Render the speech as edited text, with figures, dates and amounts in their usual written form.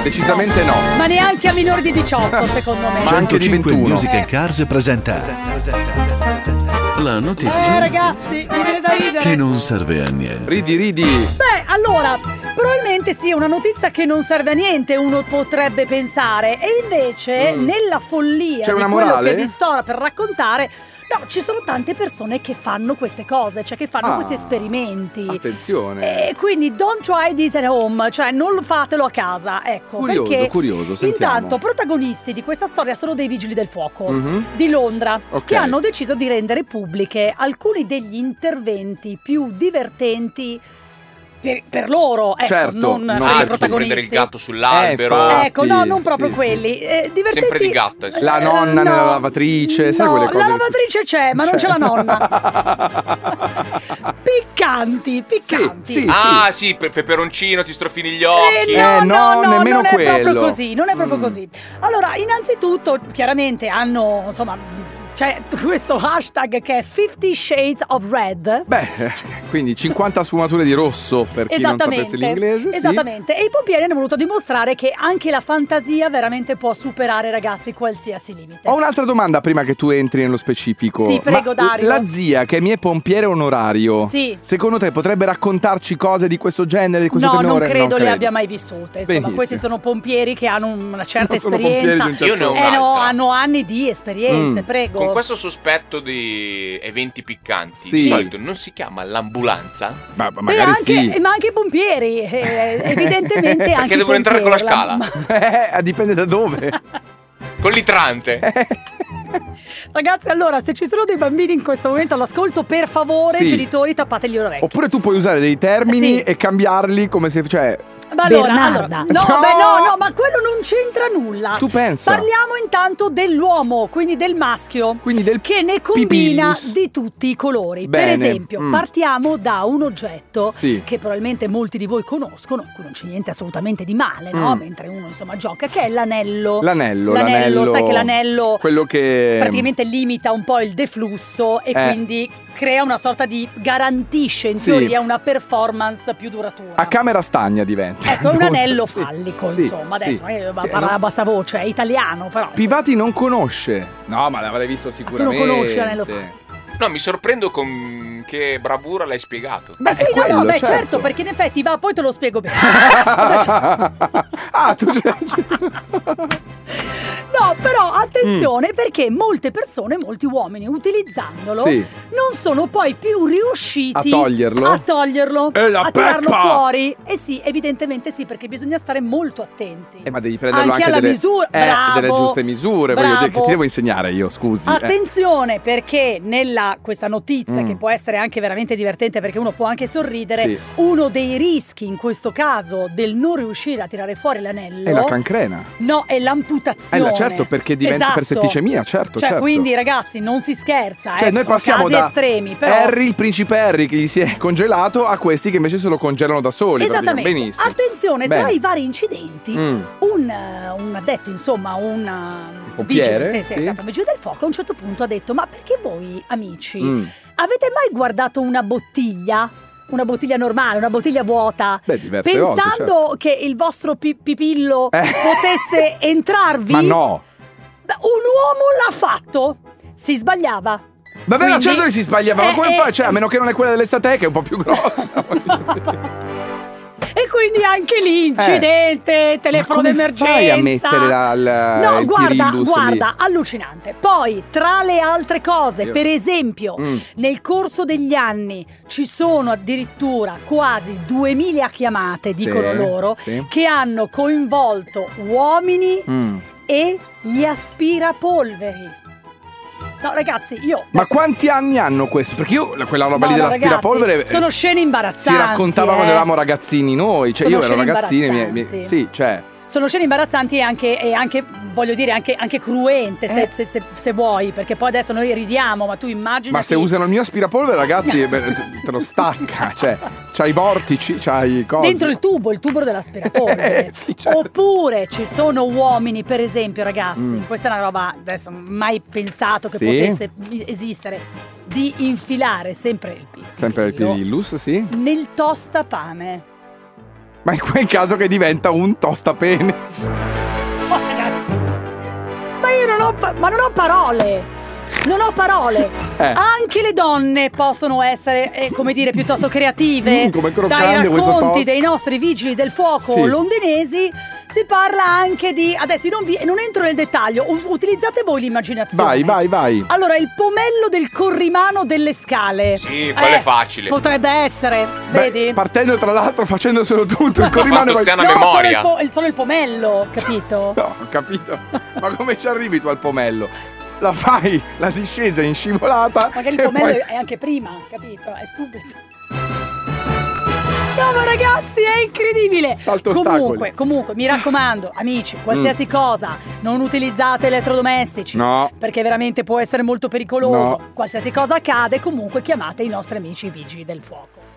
Decisamente no. Ma neanche a minori di 18, secondo me. Ma anche di 21. Music and Cars presenta la notizia ragazzi, mi viene da ridere. che non serve a niente. Ridi. Beh, allora, probabilmente sì, è una notizia che non serve a niente, uno potrebbe pensare. E invece, nella follia C'è di una quello morale? che vi sto per raccontare, no, ci sono tante persone che fanno queste cose, cioè che fanno questi esperimenti. Attenzione. E quindi don't try this at home, cioè non fatelo a casa, ecco. Curioso, sentiamo. Intanto, protagonisti di questa storia sono dei vigili del fuoco di Londra, Ok. che hanno deciso di rendere pubbliche alcuni degli interventi più divertenti per loro, ecco, Certo, non non per per i tipo protagonisti. prendere il gatto sull'albero. infatti. Ecco, no, non proprio sì, quelli. Divertenti. Sempre di gatta, insomma. La nonna no. nella lavatrice, sai No, quelle cose la che si- lavatrice c'è, ma non c'è la nonna. Piccanti. Sì. Sì, peperoncino, ti strofini gli occhi. No, nemmeno non è proprio quello. così, non è proprio così. Allora, innanzitutto, chiaramente hanno, insomma, c'è questo hashtag che è 50 Shades of Red. Beh, quindi 50 sfumature di rosso per chi non sapesse l'inglese. sì. Esattamente. E i pompieri hanno voluto dimostrare che anche la fantasia veramente può superare, ragazzi, qualsiasi limite. Ho un'altra domanda prima che tu entri nello specifico. Sì, prego, Ma Dario. la zia che è mia pompiere onorario, Sì. secondo te potrebbe raccontarci cose di questo genere, di questo No, non tenore? credo le abbia mai vissute. Insomma, Benissimo. questi sono pompieri che hanno una certa Non sono pompieri esperienza. di un certo Io ne ho tipo. un'altra. No, hanno anni di esperienze, prego. Con questo sospetto di eventi piccanti, Sì. di solito non si chiama l'ambulanza? Ma Beh, magari sì. ma anche i pompieri, evidentemente anche Perché i devono entrare con la pompieri, scala? Dipende da dove. Con l'itrante? Ragazzi, allora, se ci sono dei bambini in questo momento all'ascolto, per favore, Sì. genitori, tappate gli orecchi. Oppure tu puoi usare dei termini Sì. e cambiarli come se, cioè, Ma allora, Bernarda. no, ma quello non c'entra nulla. Tu pensa. Parliamo intanto dell'uomo, quindi del maschio, Quindi del che ne combina pipillus. di tutti i colori. Bene. Per esempio, partiamo da un oggetto Sì. che probabilmente molti di voi conoscono, in cui non c'è niente assolutamente di male, no? Mentre uno insomma gioca, che è l'anello. L'anello. Sai che l'anello Quello che praticamente limita un po' il deflusso e quindi crea una sorta di garantisce in Sì. teoria una performance più duratura. a camera stagna diventa. Ecco, è un anello Sì, fallico, sì, insomma. Adesso sì, io sì, parlo a bassa voce, è italiano, però. Pivati non conosce. No, ma l'avrei visto sicuramente. tu non conosci l'anello fallico? No, mi sorprendo con che bravura l'hai spiegato. Beh, sì, è quello, beh, certo. certo, perché in effetti va, poi te lo spiego bene. Tu No, però attenzione, perché molte persone, molti uomini, utilizzandolo, Sì. non sono poi più riusciti A toglierlo? a E la tirarlo peppa! fuori. Eh sì, evidentemente sì, perché bisogna stare molto attenti. Ma devi prenderlo anche anche alla delle, misura. Bravo, delle giuste misure. Voglio dire, che bravo. ti devo insegnare io, scusi. Attenzione, perché nella questa notizia, Mm. che può essere anche veramente divertente perché uno può anche sorridere, Sì. uno dei rischi in questo caso del non riuscire a tirare fuori l'anello È la cancrena. no, è l'amputazione. Certo, perché diventa per Esatto. setticemia, certo. Cioè, certo. quindi ragazzi, non si scherza, Cioè, noi sono passiamo casi da estremi, però Harry, il principe Harry, che gli si è congelato, a questi che invece se lo congelano da soli. esattamente. Benissimo. Attenzione, Bene. tra i vari incidenti, Mm. un addetto, insomma, un pompiere, vigile, sì. esatto, un vigile del fuoco a un certo punto ha detto: ma perché voi, amici, Mm. avete mai guardato una bottiglia? Una bottiglia normale, una bottiglia vuota, Beh, diverse pensando volte, certo. che il vostro pipillo potesse entrarvi? Ma no. Un uomo l'ha fatto, si sbagliava. Vabbè, ma Quindi- certo che si sbagliava, ma come fai? Cioè, a meno che non è quella dell'estate, che è un po' più grossa. E quindi anche lì incidente, telefono Ma come d'emergenza. fai a mettere No, il guarda, pirillus guarda, allucinante. Poi, tra le altre cose, Io- per esempio, nel corso degli anni ci sono addirittura quasi 2000 chiamate, Sì, dicono loro, sì. che hanno coinvolto uomini Mm. e gli aspirapolveri. No, ragazzi, io Ma adesso- quanti anni hanno questo? Perché io quella roba No, lì no, dell'aspirapolvere ragazzi, sono scene imbarazzanti. si raccontava quando eravamo ragazzini noi. Cioè, Sono io ero scene ragazzino imbarazzanti. sì, cioè. Sono scene imbarazzanti e anche voglio dire, anche cruente, se vuoi, perché poi adesso noi ridiamo, ma tu immagina. Ma se usano il mio aspirapolvere, ragazzi, te lo stacca. Cioè, c'ha i vortici, c'ha i cosi. dentro il tubo dell'aspirapolvere. Sì, certo. Oppure ci sono uomini, per esempio, ragazzi, questa è una roba adesso mai pensato che Sì. potesse esistere, di infilare sempre il Sempre il pirillus, sì. nel tostapane. Ma in quel caso che diventa un tostapene. Oh, ragazzi, ma io non ho parole. Non ho parole. Anche le donne possono essere, come dire, piuttosto creative. Come Dai croccante questo racconti toast. dei nostri vigili del fuoco Sì. londinesi si parla anche di... Adesso io non entro nel dettaglio, utilizzate voi l'immaginazione. Vai. Allora, il pomello del corrimano delle scale. Sì, quello è facile. Potrebbe essere, Beh, vedi? partendo tra l'altro facendoselo tutto, il corrimano Fatto Ziana No, memoria. solo il pomello, capito? No, ho capito. Ma come ci arrivi tu al pomello? La fai la discesa in scivolata. Magari il e pomello poi- è anche prima, capito? È subito. No, ma ragazzi, è incredibile. Salto Comunque, mi raccomando, amici, qualsiasi cosa, non utilizzate elettrodomestici. No. Perché veramente può essere molto pericoloso. No. Qualsiasi cosa accade, comunque chiamate i nostri amici vigili del fuoco.